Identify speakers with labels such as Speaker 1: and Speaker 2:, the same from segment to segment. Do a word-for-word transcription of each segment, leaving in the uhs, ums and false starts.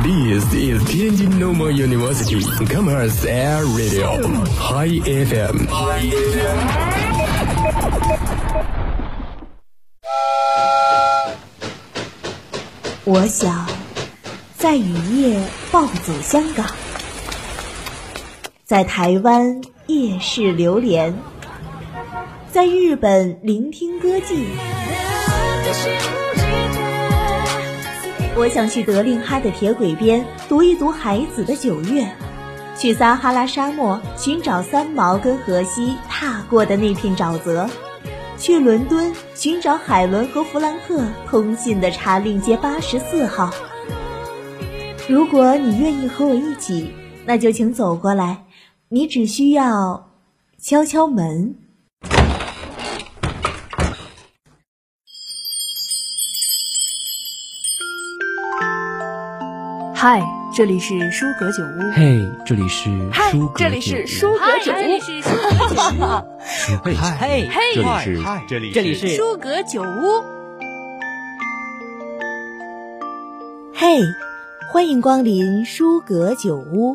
Speaker 1: This is Tianjin Normal University Commerce Air Radio High F M。
Speaker 2: 我想在雨夜暴走香港，在台湾夜视流连，在日本聆听歌妓。我想去德令哈的铁轨边读一读海子的九月，去撒哈拉沙漠寻找三毛跟荷西踏过的那片沼泽，去伦敦寻找海伦和弗兰克通信的查令街八十四号。如果你愿意和我一起，那就请走过来，你只需要敲敲门。
Speaker 3: 嗨，这里是书阁酒屋。
Speaker 4: 嘿，这里是书阁酒屋。
Speaker 3: 这里是书阁酒屋。
Speaker 4: 嘿，嘿，
Speaker 3: 嘿，
Speaker 4: 这里是
Speaker 5: 这里
Speaker 3: 这里是书阁酒屋。
Speaker 2: 嘿，欢迎光临书阁酒屋。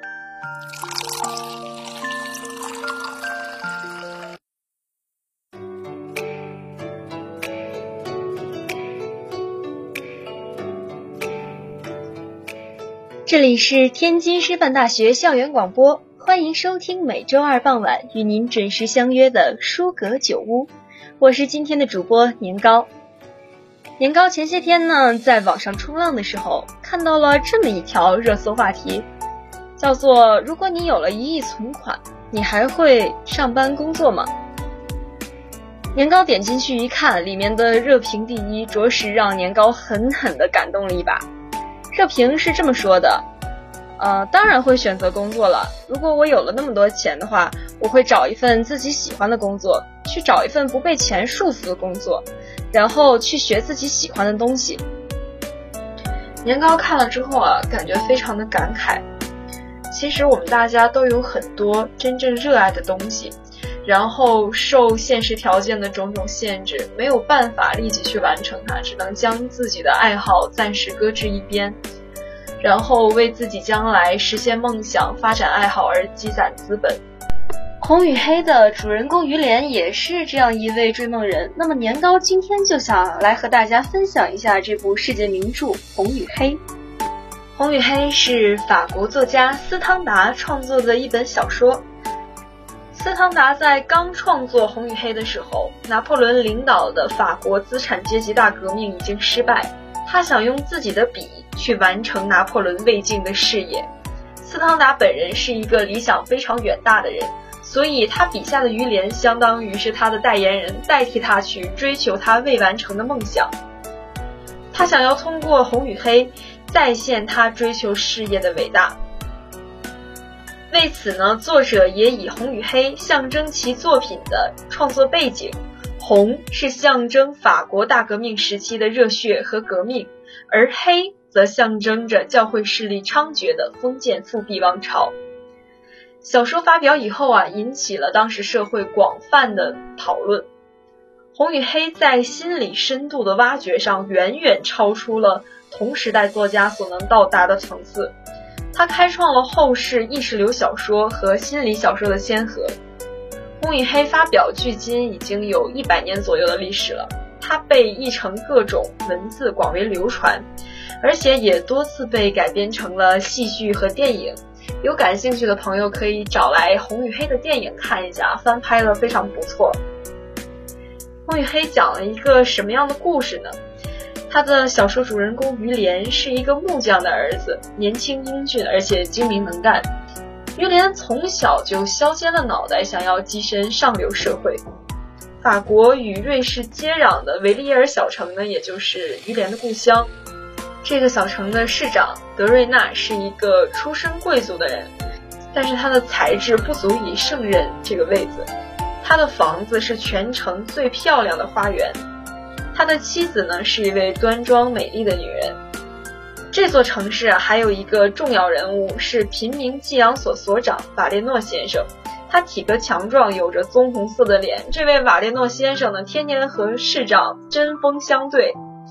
Speaker 6: 这里是天津师范大学校园广播，欢迎收听每周二傍晚与您准时相约的书阁酒屋，我是今天的主播年糕。年糕前些天呢，在网上冲浪的时候看到了这么一条热搜话题，叫做如果你有了一亿存款，你还会上班工作吗？年糕点进去一看，里面的热评第一着实让年糕狠狠地感动了一把。热评是这么说的，呃，当然会选择工作了。如果我有了那么多钱的话，我会找一份自己喜欢的工作，去找一份不被钱束缚的工作，然后去学自己喜欢的东西。年糕看了之后啊，感觉非常的感慨。其实我们大家都有很多真正热爱的东西，然后受现实条件的种种限制，没有办法立即去完成它，只能将自己的爱好暂时搁置一边，然后为自己将来实现梦想、发展爱好而积攒资本。红与黑的主人公于连也是这样一位追梦人，那么年糕今天就想来和大家分享一下这部世界名著《红与黑》。《红与黑》是法国作家斯汤达创作的一本小说。斯汤达在刚创作《红与黑》的时候，拿破仑领导的法国资产阶级大革命已经失败，他想用自己的笔去完成拿破仑未尽的事业。斯汤达本人是一个理想非常远大的人，所以他笔下的于连相当于是他的代言人，代替他去追求他未完成的梦想。他想要通过《红与黑》再现他追求事业的伟大。为此呢，作者也以红与黑象征其作品的创作背景。红是象征法国大革命时期的热血和革命，而黑则象征着教会势力猖獗的封建复辟王朝。小说发表以后啊，引起了当时社会广泛的讨论。红与黑在心理深度的挖掘上远远超出了同时代作家所能到达的层次，它开创了后世意识流小说和心理小说的先河。红与黑发表距今已经有一百年左右的历史了，它被译成各种文字广为流传，而且也多次被改编成了戏剧和电影。有感兴趣的朋友可以找来红与黑的电影看一下，翻拍的非常不错。红与黑讲了一个什么样的故事呢？他的小说主人公于连是一个木匠的儿子，年轻英俊而且精明能干。于连从小就削尖了脑袋想要跻身上流社会。法国与瑞士接壤的维利耶尔小城呢，也就是于连的故乡。这个小城的市长德瑞纳是一个出身贵族的人，但是他的才智不足以胜任这个位子。他的房子是全城最漂亮的花园，他的妻子呢是一位端庄美丽的女人。这座城市啊，还有一个重要人物是平民寄养所所长瓦列诺先生，他体格强壮，有着棕红色的脸。这位瓦列诺先生呢，天天和市长针锋相对。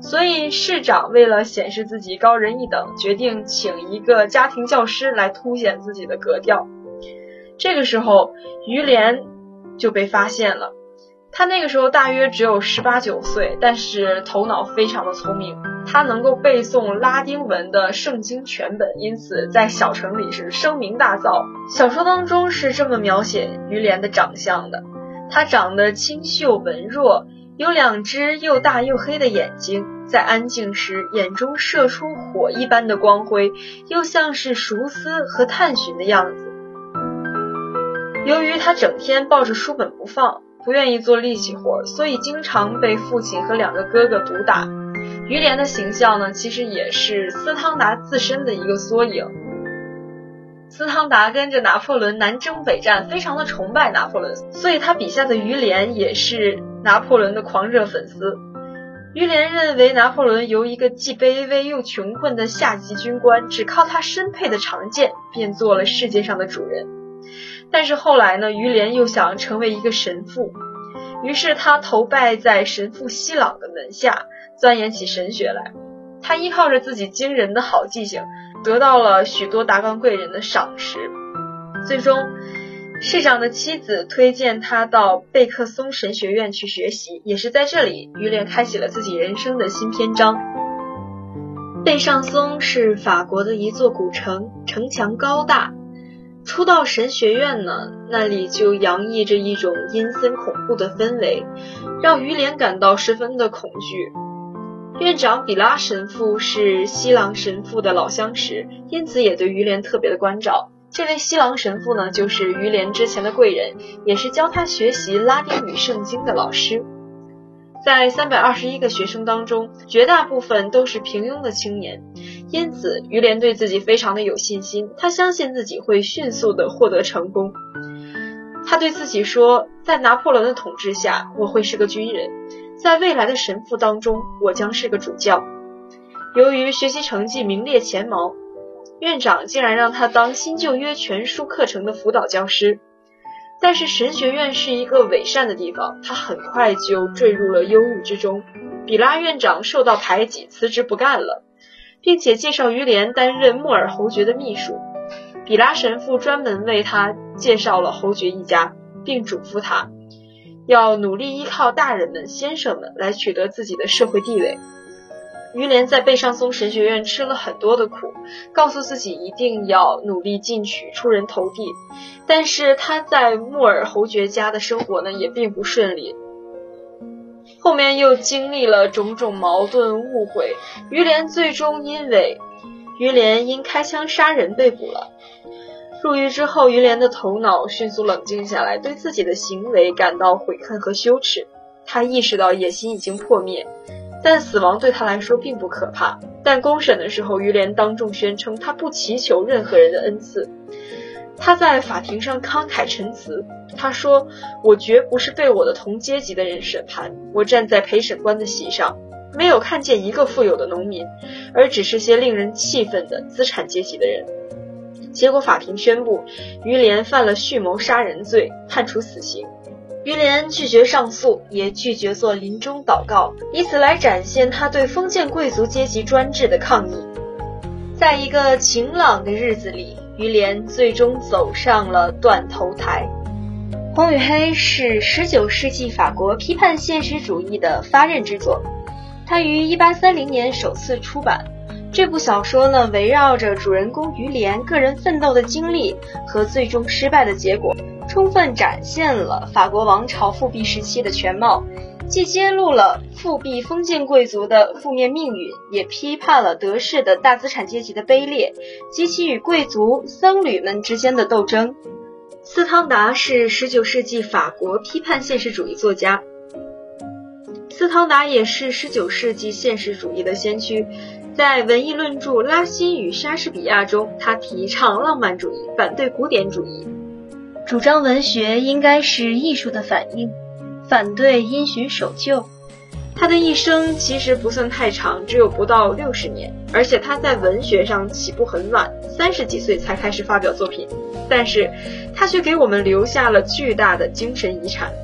Speaker 6: 所以市长为了显示自己高人一等，决定请一个家庭教师来凸显自己的格调。这个时候于连就被发现了，他那个时候大约只有十八九岁，但是头脑非常的聪明，他能够背诵拉丁文的圣经全本，因此在小城里是声名大噪。小说当中是这么描写于连的长相的，他长得清秀文弱，有两只又大又黑的眼睛，在安静时眼中射出火一般的光辉，又像是熟思和探寻的样子。由于他整天抱着书本不放，不愿意做力气活，所以经常被父亲和两个哥哥毒打。于连的形象呢，其实也是斯汤达自身的一个缩影。斯汤达跟着拿破仑南征北战，非常的崇拜拿破仑，所以他笔下的于连也是拿破仑的狂热粉丝。于连认为拿破仑由一个既卑微又穷困的下级军官，只靠他身佩的长剑便做了世界上的主人。但是后来呢，于连又想成为一个神父，于是他投拜在神父西朗的门下，钻研起神学来。他依靠着自己惊人的好记性，得到了许多达官贵人的赏识。最终市长的妻子推荐他到贝克松神学院去学习，也是在这里于连开启了自己人生的新篇章。贝尚松是法国的一座古城，城墙高大。初到神学院呢，那里就洋溢着一种阴森恐怖的氛围，让于连感到十分的恐惧。院长比拉神父是西郎神父的老相识，因此也对于连特别的关照。这位西郎神父呢，就是于连之前的贵人，也是教他学习拉丁语圣经的老师。在三百二十一个学生当中，绝大部分都是平庸的青年，因此于连对自己非常的有信心，他相信自己会迅速的获得成功。他对自己说，在拿破仑的统治下，我会是个军人，在未来的神父当中，我将是个主教。由于学习成绩名列前茅，院长竟然让他当新旧约全书课程的辅导教师。但是神学院是一个伪善的地方，他很快就坠入了忧郁之中。比拉院长受到排挤，辞职不干了，并且介绍于连担任莫尔侯爵的秘书。比拉神父专门为他介绍了侯爵一家，并嘱咐他要努力依靠大人们、先生们来取得自己的社会地位。于连在贝尚松神学院吃了很多的苦，告诉自己一定要努力进取，出人头地。但是他在莫尔侯爵家的生活呢，也并不顺利。后面又经历了种种矛盾误会，于连最终因为于连因开枪杀人被捕了。入狱之后，于连的头脑迅速冷静下来，对自己的行为感到悔恨和羞耻。他意识到野心已经破灭，但死亡对他来说并不可怕。但公审的时候，于连当众宣称他不祈求任何人的恩赐。他在法庭上慷慨陈词，他说，我绝不是被我的同阶级的人审判，我站在陪审官的席上，没有看见一个富有的农民，而只是些令人气愤的资产阶级的人。结果法庭宣布于连犯了蓄谋杀人罪，判处死刑。于连拒绝上诉，也拒绝做临终祷告，以此来展现他对封建贵族阶级专制的抗议。在一个晴朗的日子里，于连最终走上了断头台。《红与黑》是十九世纪法国批判现实主义的发轫之作，它于一八三零年首次出版。这部小说呢，围绕着主人公于连个人奋斗的经历和最终失败的结果，充分展现了法国王朝复辟时期的全貌，既揭露了复辟封建贵族的负面命运，也批判了得势的大资产阶级的卑劣及其与贵族僧侣们之间的斗争。斯汤达是十九世纪法国批判现实主义作家，斯汤达也是十九世纪现实主义的先驱。在文艺论著《拉辛与莎士比亚》中，他提倡浪漫主义，反对古典主义，主张文学应该是艺术的反应，反对因循守旧。他的一生其实不算太长，只有不到六十年，而且他在文学上起步很晚，三十几岁才开始发表作品，但是他却给我们留下了巨大的精神遗产。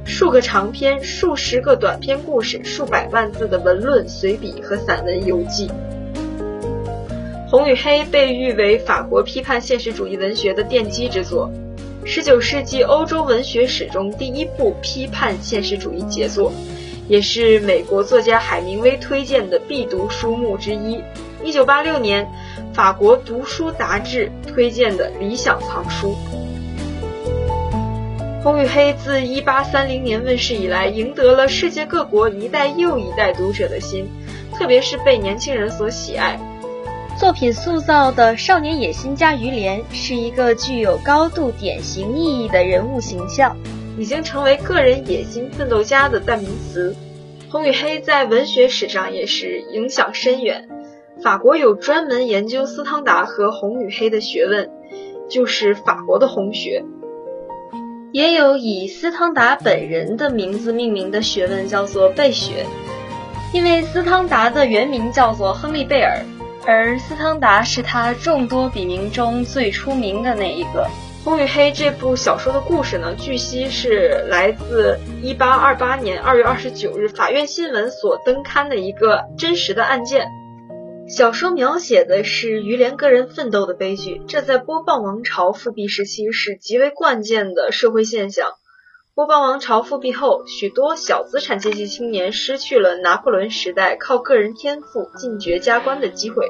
Speaker 6: 数个长篇、数十个短篇故事、数百万字的文论、随笔和散文游记。红与黑被誉为法国批判现实主义文学的奠基之作，十九世纪欧洲文学史中第一部批判现实主义杰作，也是美国作家海明威推荐的必读书目之一。一九八六年，法国读书杂志推荐的理想藏书。红与黑自一八三零年问世以来，赢得了世界各国一代又一代读者的心，特别是被年轻人所喜爱。作品塑造的少年野心家于连是一个具有高度典型意义的人物形象，已经成为个人野心奋斗家的代名词。红与黑在文学史上也是影响深远。法国有专门研究斯汤达和红与黑的学问，就是法国的红学。也有以斯汤达本人的名字命名的学问，叫做贝学，因为斯汤达的原名叫做亨利贝尔，而斯汤达是他众多笔名中最出名的那一个。红与黑这部小说的故事呢，据悉是来自一八二八年二月二十九日法院新闻所登刊的一个真实的案件。小说描写的是于连个人奋斗的悲剧，这在波旁王朝复辟时期是极为关键的社会现象。波旁王朝复辟后，许多小资产阶级青年失去了拿破仑时代靠个人天赋进爵加官的机会。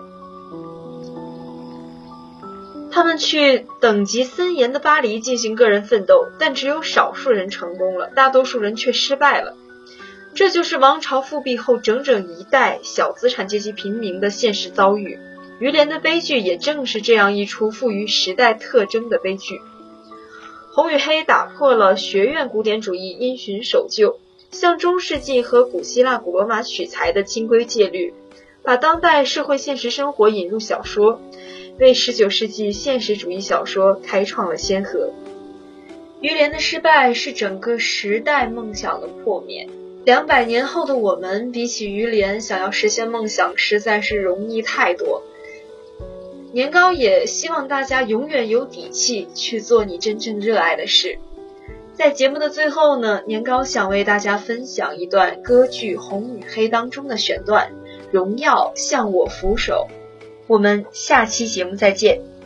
Speaker 6: 他们去等级森严的巴黎进行个人奋斗，但只有少数人成功了，大多数人却失败了。这就是王朝复辟后整整一代小资产阶级平民的现实遭遇。于连的悲剧也正是这样一出富于时代特征的悲剧。红与黑打破了学院古典主义因循守旧，向中世纪和古希腊古罗马取材的清规戒律，把当代社会现实生活引入小说，为十九世纪现实主义小说开创了先河。于连的失败是整个时代梦想的破灭。两百年后的我们，比起于连想要实现梦想实在是容易太多。年糕也希望大家永远有底气去做你真正热爱的事。在节目的最后呢，年糕想为大家分享一段歌剧《红与黑》当中的选段，荣耀向我俯首。我们下期节目再见。